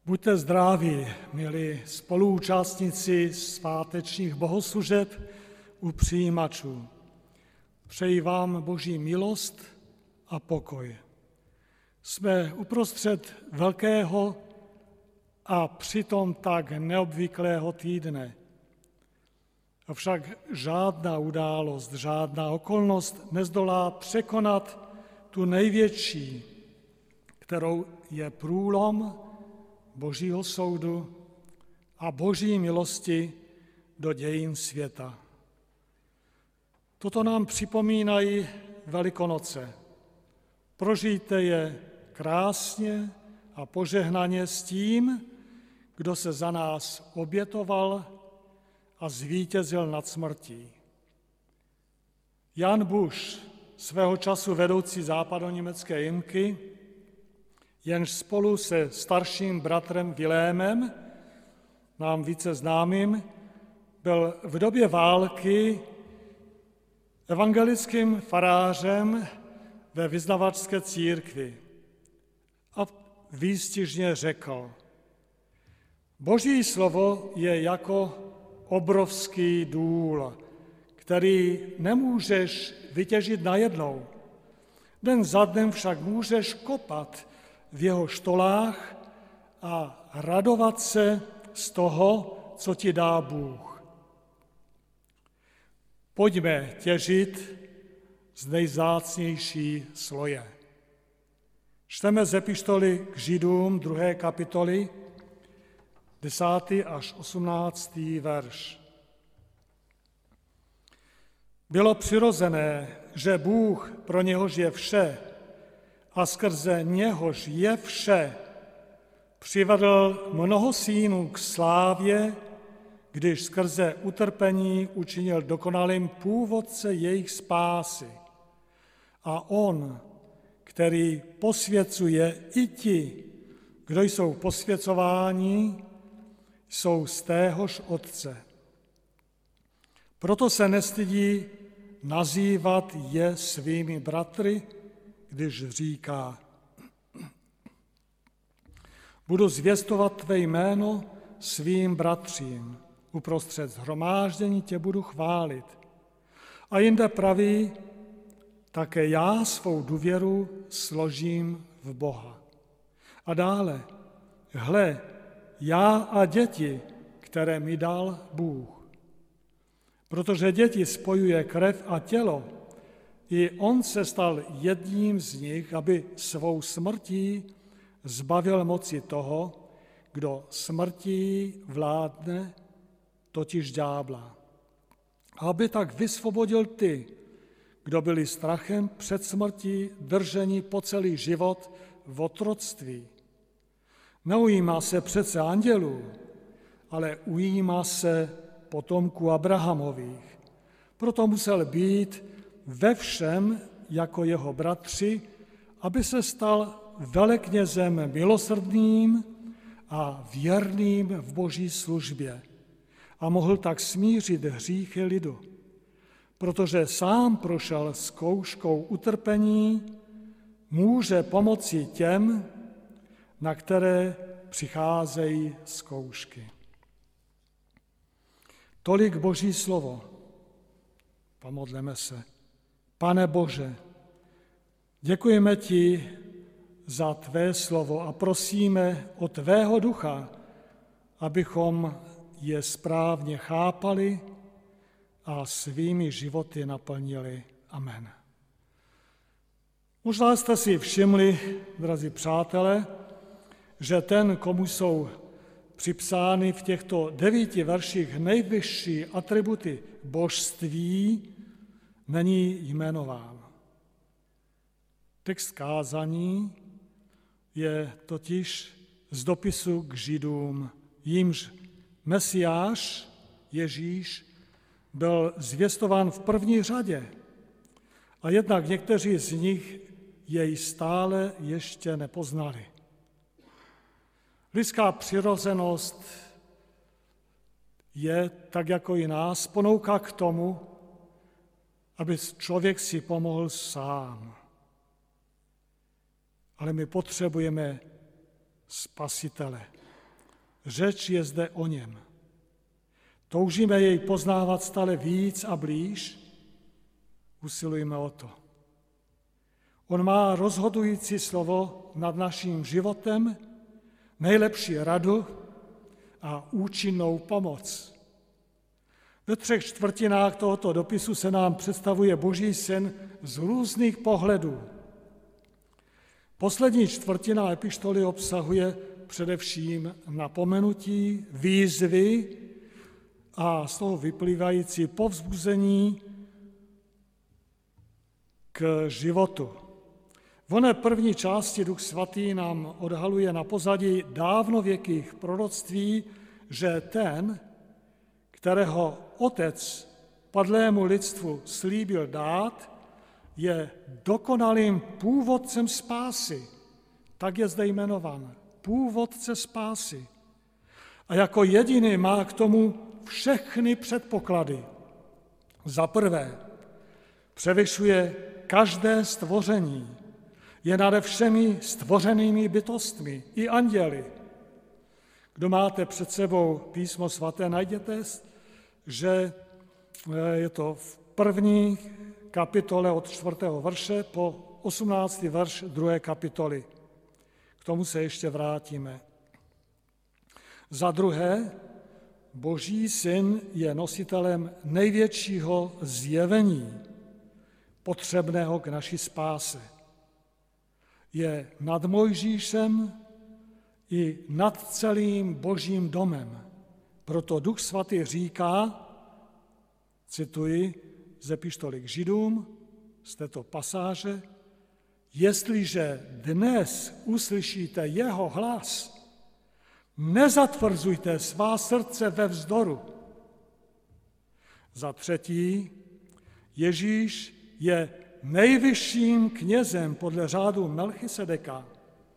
Buďte zdraví, milí spoluúčastníci svátečních bohoslužeb u přijímačů. Přeji vám Boží milost a pokoj. Jsme uprostřed velkého a přitom tak neobvyklého týdne. Avšak žádná událost, žádná okolnost nezdolá překonat tu největší, kterou je průlom Božího soudu a Boží milosti do dějin světa. Toto nám připomínají Velikonoce. Prožijte je krásně a požehnaně s tím, kdo se za nás obětoval a zvítězil nad smrtí. Jan Busch, svého času vedoucí západoněmecké jimky, jenž spolu se starším bratrem Vilémem, nám více známým, byl v době války evangelickým farářem ve vyznavačské církvi a výstižně řekl: Boží slovo je jako obrovský důl, který nemůžeš vytěžit najednou. Den za dnem však můžeš kopat v jeho štolách a radovat se z toho, co ti dá Bůh. Pojďme těžit z nejvzácnější sloje. Čteme z epištoly k Židům 2. kapitoly, 10. až 18. verš. Bylo přirozené, že Bůh, pro něhož je vše a skrze něhož je vše, přivedl mnoho synů k slávě, když skrze utrpení učinil dokonalým původce jejich spásy. A on, který posvěcuje i ti, kdo jsou posvěcováni, jsou z téhož Otce. Proto se nestydí nazývat je svými bratry, když říká: budu zvěstovat tvé jméno svým bratřím, uprostřed shromáždění tě budu chválit. A jinde praví: také já svou důvěru složím v Boha. A dále: hle, já a děti, které mi dal Bůh. Protože děti spojuje krev a tělo, i on se stal jedním z nich, aby svou smrtí zbavil moci toho, kdo smrtí vládne, totiž ďábla. Aby tak vysvobodil ty, kdo byli strachem před smrtí drženi po celý život v otroctví. Neujímá se přece andělů, ale ujímá se potomků Abrahamových. Proto musel být ve všem jako jeho bratři, aby se stal veleknězem milosrdným a věrným v Boží službě a mohl tak smířit hříchy lidu. Protože sám prošel zkouškou utrpení, může pomoci těm, na které přicházejí zkoušky. Tolik Boží slovo. Pomodleme se. Pane Bože, děkujeme ti za tvé slovo a prosíme o tvého ducha, abychom je správně chápali a svými životy naplnili. Amen. Možná jste si všimli, drazí přátelé, že ten, komu jsou připsány v těchto 9 verších nejvyšší atributy božství, není jmenován. Text kázání je totiž z dopisu k Židům, jímž Mesiáš, Ježíš, byl zvěstován v první řadě a jednak někteří z nich jej stále ještě nepoznali. Lidská přirozenost je, tak jako i nás, ponouká k tomu, aby člověk si pomohl sám. Ale my potřebujeme Spasitele. řeč je zde o něm. Toužíme jej poznávat stále víc a blíž, usilujme o to. On má rozhodující slovo nad naším životem, nejlepší radu a účinnou pomoc. Ve 3/4 tohoto dopisu se nám představuje Boží syn z různých pohledů. Poslední čtvrtina epištoly obsahuje především napomenutí, výzvy a z toho vyplývající povzbuzení k životu. V oné první části Duch Svatý nám odhaluje na pozadí dávnověkých proroctví, že ten, kterého Otec padlému lidstvu slíbil dát, je dokonalým původcem spásy. Tak je zde jmenovan. Původce spásy. A jako jediný má k tomu všechny předpoklady. Za prvé, převyšuje každé stvoření. Je nade všemi stvořenými bytostmi, i anděli. Kdo máte před sebou Písmo svaté, najděte, že je to v první kapitole od 4. verše po 18. verš 2. kapitoly. K tomu se ještě vrátíme. Za druhé, Boží syn je nositelem největšího zjevení, potřebného k naší spáse. Je nad Mojžíšem i nad celým Božím domem. Proto Duch Svatý říká, cituji z epištoly k Židům, z této pasáže, jestliže dnes uslyšíte jeho hlas, nezatvrzujte svá srdce ve vzdoru. Za třetí, Ježíš je nejvyšším knězem podle řádu Melchisedeka,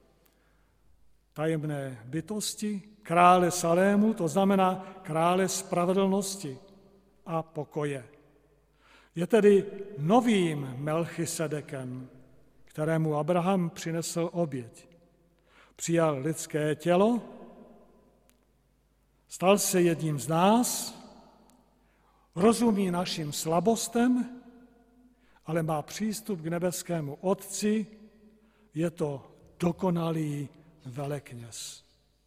tajemné bytosti, krále Salému, to znamená krále spravedlnosti a pokoje. Je tedy novým Melchisedekem, kterému Abraham přinesl oběť. Přijal lidské tělo, stal se jedním z nás, rozumí našim slabostem, ale má přístup k nebeskému Otci, je to dokonalý velekněz.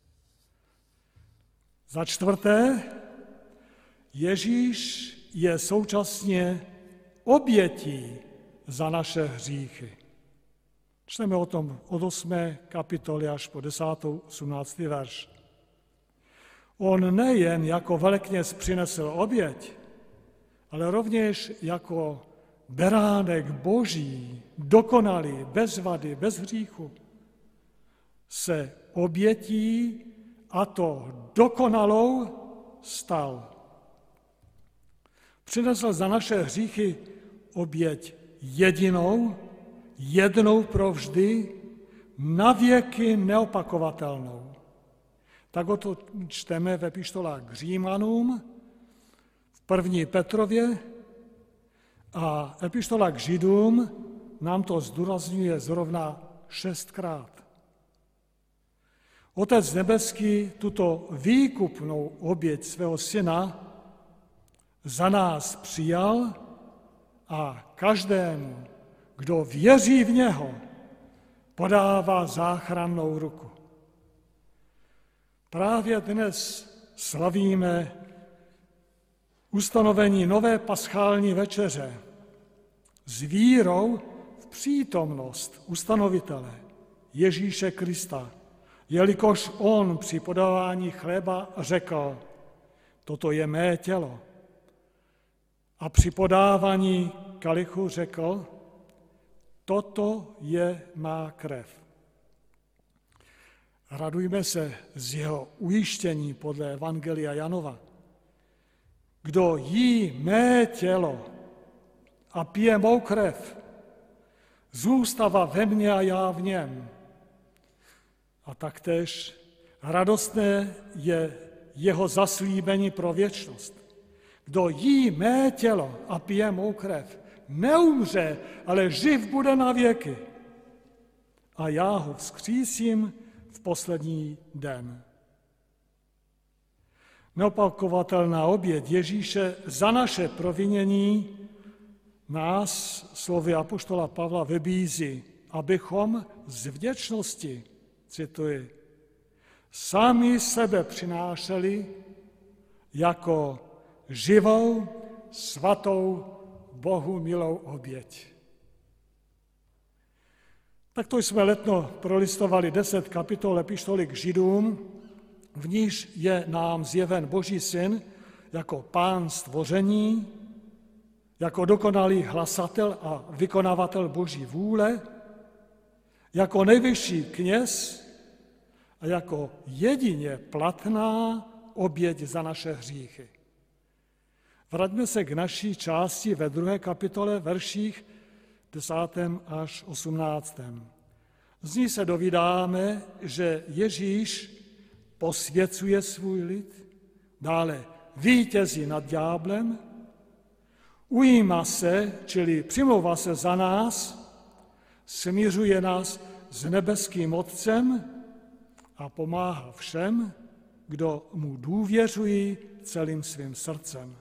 Za čtvrté, Ježíš je současně obětí za naše hříchy. Čteme o tom od 8. kapitoly až po 10. 18. verš. On nejen jako velekněz přinesl oběť, ale rovněž jako beránek Boží, dokonalý, bez vady, bez hříchu, se obětí, a to dokonalou, stal. Přinesl za naše hříchy oběť jedinou, jednou provždy, navěky neopakovatelnou. Tak o to čteme v epištolách k Římanům, v 1. Petrově, a epištola k Židům nám to zdůrazňuje zrovna 6krát. Otec nebeský tuto výkupnou oběť svého syna za nás přijal a každému, kdo věří v něho, podává záchrannou ruku. Právě dnes slavíme ustanovení nové paschální večeře s vírou v přítomnost ustanovitele Ježíše Krista, jelikož on při podávání chleba řekl, toto je mé tělo. A při podávání kalichu řekl, toto je má krev. Radujme se z jeho ujištění podle Evangelia Janova. Kdo jí mé tělo a pije mou krev, zůstává ve mně a já v něm. A taktéž radostné je jeho zaslíbení pro věčnost. Kdo jí mé tělo a pije mou krev, neumře, ale živ bude na věky. A já ho vzkřísím v poslední den. neopakovatelná oběť Ježíše za naše provinění nás, slovy apoštola Pavla, vybízí, abychom z vděčnosti, cituji, sami sebe přinášeli jako živou, svatou, Bohu milou oběť. Takto jsme letno prolistovali 10 kapitol epištoly k Židům, v níž je nám zjeven Boží syn jako pán stvoření, jako dokonalý hlasatel a vykonavatel Boží vůle, jako nejvyšší kněz a jako jedině platná oběť za naše hříchy. Vraťme se k naší části ve 2. kapitole, verších 10. až 18. Z ní se dovídáme, že Ježíš posvěcuje svůj lid, dále vítězí nad ďáblem, ujímá se, čili přimlouvá se za nás, smířuje nás s nebeským Otcem a pomáhá všem, kdo mu důvěřují celým svým srdcem.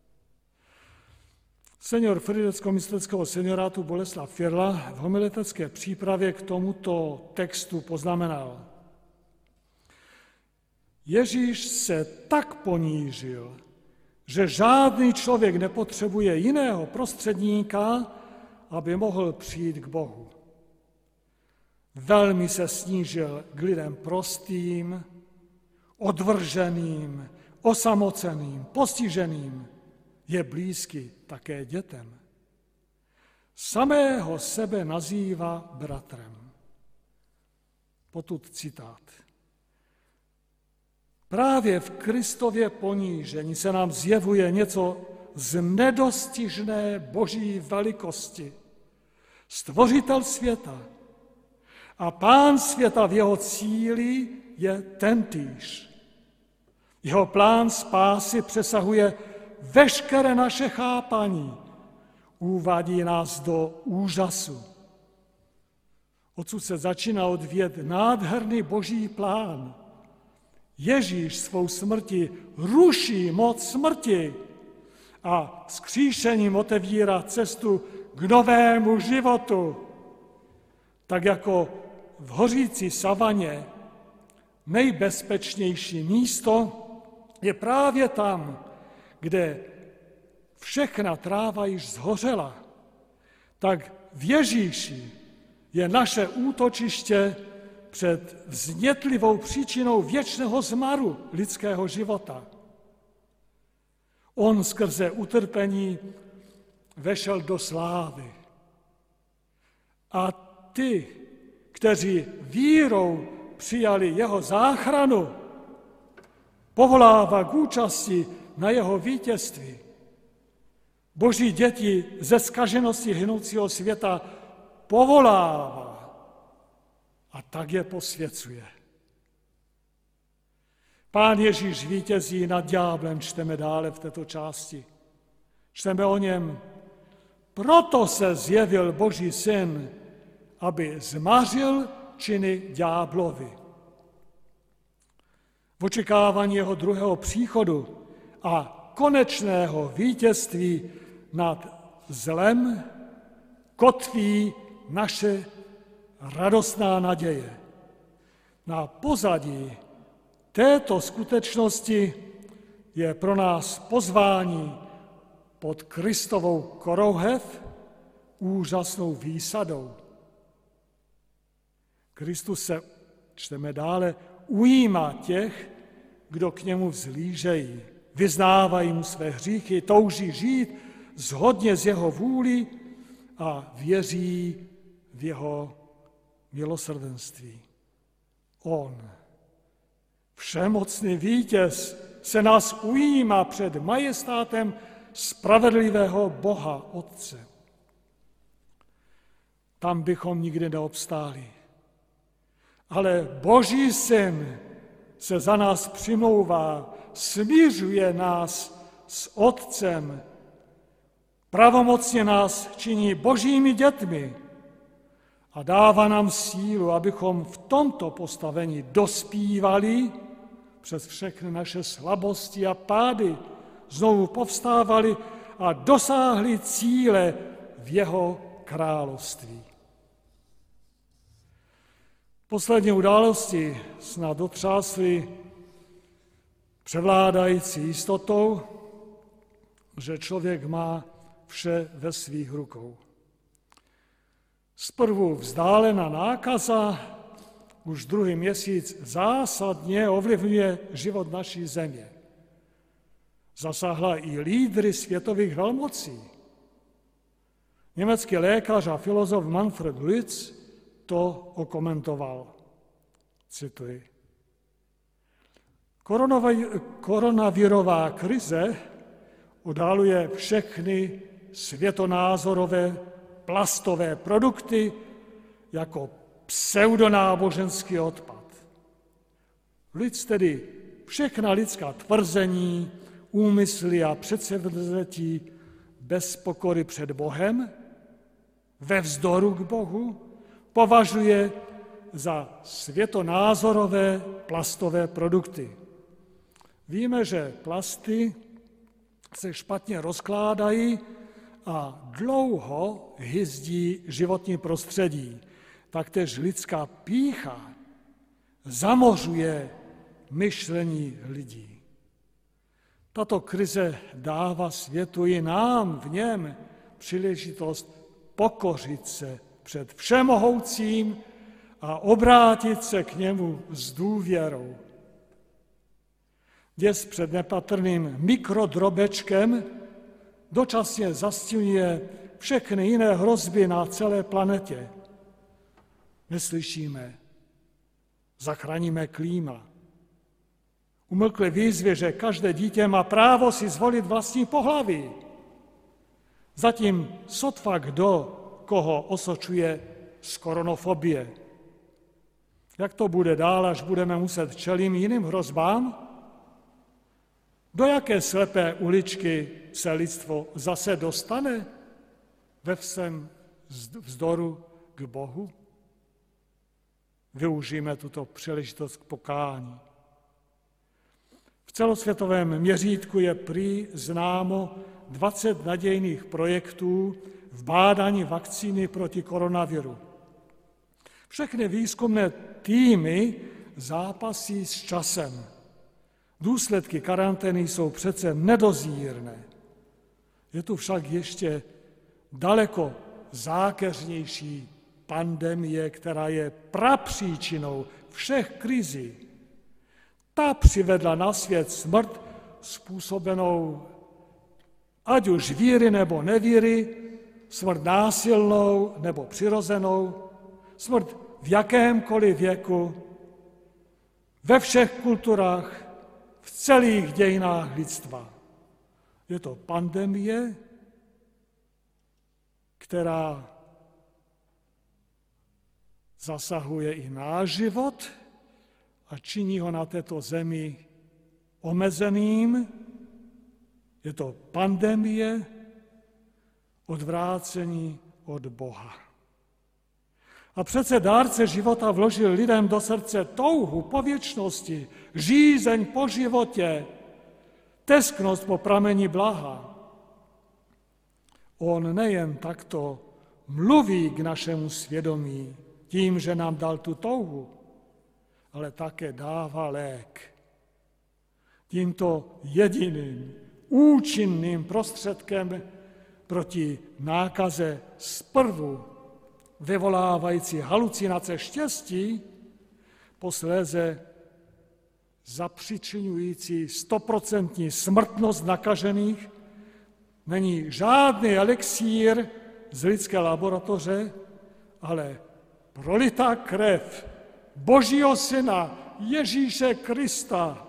Senior Fridecko-Myslického seniorátu Boleslav Firla v homiletické přípravě k tomuto textu poznamenal: Ježíš se tak ponížil, že žádný člověk nepotřebuje jiného prostředníka, aby mohl přijít k Bohu. Velmi se snížil k lidem prostým, odvrženým, osamoceným, postiženým, je blízký také dětem. Samého sebe nazývá bratrem. Potud citát. Právě v Kristově ponížení se nám zjevuje něco z nedostižné Boží velikosti. Stvořitel světa a pán světa v jeho cíli je tentýž. Jeho plán spásy přesahuje veškeré naše chápání, uvádí nás do úžasu. Odsud se začíná odvíjet nádherný Boží plán. Ježíš svou smrtí ruší moc smrti a vzkříšením otevírá cestu k novému životu. Tak jako v hořící savaně nejbezpečnější místo je právě tam, kde všechna tráva již zhořela, tak v Ježíši je naše útočiště před vznětlivou příčinou věčného zmaru lidského života. On skrze utrpení vešel do slávy. A ty, kteří vírou přijali jeho záchranu, povolává k účasti na jeho vítězství. Boží děti ze zkaženosti hynoucího světa povolává a tak je posvěcuje. Pán Ježíš vítězí nad ďáblem, čteme dále v této části. Čteme o něm. Proto se zjevil Boží syn, aby zmařil činy ďáblovi. V očekávání jeho druhého příchodu a konečného vítězství nad zlem kotví naše radostná naděje. Na pozadí této skutečnosti je pro nás pozvání pod Kristovou korouhev úžasnou výsadou. Kristus se, čteme dále, ujímá těch, kdo k němu vzlížejí, vyznávají mu své hříchy, touží žít shodně z jeho vůli a věří v jeho milosrdenství. On, všemocný vítěz, se nás ujímá před majestátem spravedlivého Boha Otce. Tam bychom nikdy neobstáli. Ale Boží syn se za nás přimlouvá, smířuje nás s Otcem, pravomocně nás činí Božími dětmi a dává nám sílu, abychom v tomto postavení dospívali přes všechny naše slabosti a pády znovu povstávali a dosáhli cíle v jeho království. Poslední události snad otřásly převládající jistotou, že člověk má vše ve svých rukou. Zprvu vzdálená nákaza už druhý měsíc zásadně ovlivňuje život naší země. Zasáhla i lídry světových velmocí. Německý lékař a filozof Manfred Lütz to okomentoval. Cituji. Koronavirová krize odhaluje všechny světonázorové plastové produkty jako pseudonáboženský odpad. Lid tedy všechna lidská tvrzení, úmysly a předsevzetí bez pokory před Bohem, ve vzdoru k Bohu, považuje za světonázorové plastové produkty. Víme, že plasty se špatně rozkládají a dlouho hyzdí životní prostředí. Taktéž lidská pýcha zamořuje myšlení lidí. Tato krize dává světu i nám v něm příležitost pokořit se před všemohoucím a obrátit se k němu s důvěrou. Děs před nepatrným mikrodrobečkem dočasně zastínuje všechny jiné hrozby na celé planetě. Neslyšíme, zachráníme klíma. Umlkly výzvy, že každé dítě má právo si zvolit vlastní pohlaví. Zatím sotva kdo, koho osočuje z koronofobie. Jak to bude dál, až budeme muset čelit jiným hrozbám? Do jaké slepé uličky se lidstvo zase dostane ve všem vzdoru k Bohu? Využijeme tuto příležitost k pokání. V celosvětovém měřítku je prý známo 20 nadějných projektů v bádání vakcíny proti koronaviru. Všechny výzkumné týmy zápasí s časem. Důsledky karantény jsou přece nedozírné. Je tu však ještě daleko zákeřnější pandemie, která je prapříčinou všech krizí. Ta přivedla na svět smrt způsobenou ať už víry nebo nevíry, smrt násilnou nebo přirozenou, smrt v jakémkoliv věku, ve všech kulturách, v celých dějinách lidstva. Je to pandemie, která zasahuje i náš život a činí ho na této zemi omezeným. Je to pandemie odvrácení od Boha. A přece dárce života vložil lidem do srdce touhu po věčnosti, žízeň po životě, tesknost po prameni blaha. On nejen takto mluví k našemu svědomí tím, že nám dal tu touhu, ale také dává lék. Tímto jediným účinným prostředkem proti nákaze zprvu vyvolávající halucinace štěstí, posléze zapřičiňující 100% smrtnost nakažených, není žádný elixír z lidské laboratoře, ale prolitá krev Božího Syna Ježíše Krista.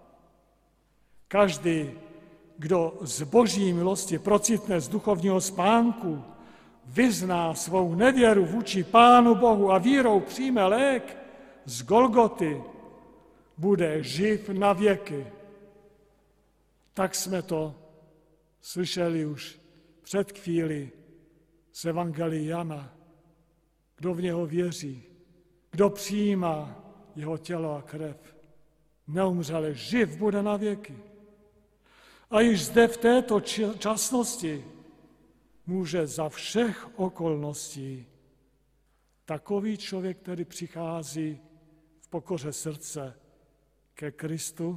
Každý, kdo z Boží milosti procitne z duchovního spánku, vyzná svou nevěru vůči Pánu Bohu a vírou přijme lék z Golgoty, bude živ na věky. Tak jsme to slyšeli už před chvíli z Evangelia Jana. Kdo v něho věří, kdo přijímá jeho tělo a krev, neumřel, živ bude na věky. A již zde v této časnosti může za všech okolností takový člověk, který přichází v pokoře srdce ke Kristu,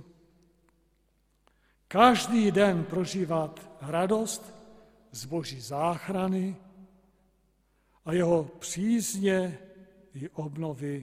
každý den prožívat radost z Boží záchrany a jeho přízně i obnovy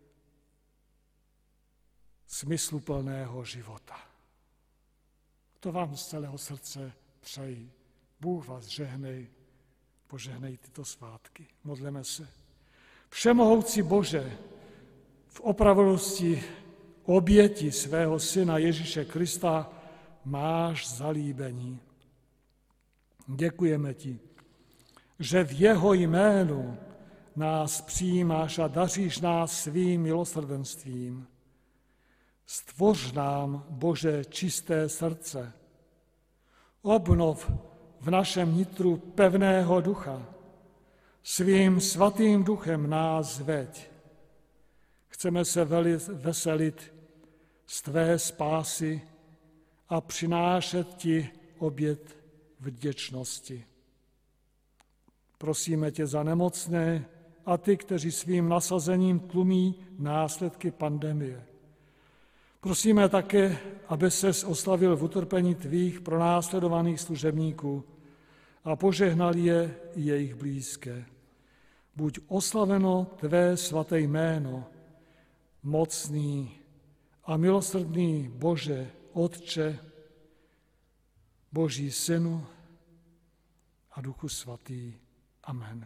smysluplného života. To vám z celého srdce přeji. Bůh vás žehnej, požehnej tyto svátky. Modleme se. Všemohoucí Bože, v opravdosti oběti svého Syna Ježíše Krista máš zalíbení. Děkujeme ti, že v jeho jménu nás přijímáš a daříš nás svým milosrdenstvím. Stvoř nám, Bože, čisté srdce. Obnov v našem nitru pevného ducha. Svým svatým duchem nás veď. Chceme se veselit z tvé spásy a přinášet ti oběd vděčnosti. Prosíme tě za nemocné a ty, kteří svým nasazením tlumí následky pandemie. Prosíme také, aby ses oslavil v utrpení tvých pronásledovaných služebníků a požehnal je i jejich blízké. Buď oslaveno tvé svaté jméno, mocný a milosrdný Bože, Otče, Boží Synu a Duchu Svatý. Amen.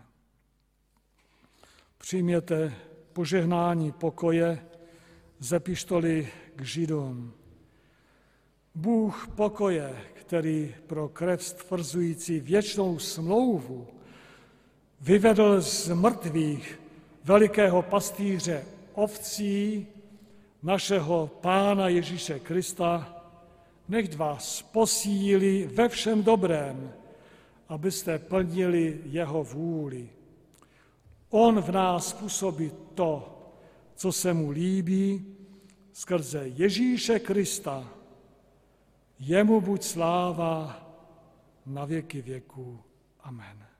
Přijměte požehnání pokoje z epištoly k Židům. Bůh pokoje, který pro krev stvrzující věčnou smlouvu vyvedl z mrtvých velikého pastýře ovcí, našeho Pána Ježíše Krista, nechť vás posílí ve všem dobrém, abyste plnili jeho vůli. On v nás působí to, co se mu líbí, skrze Ježíše Krista. Jemu buď sláva na věky věků. Amen.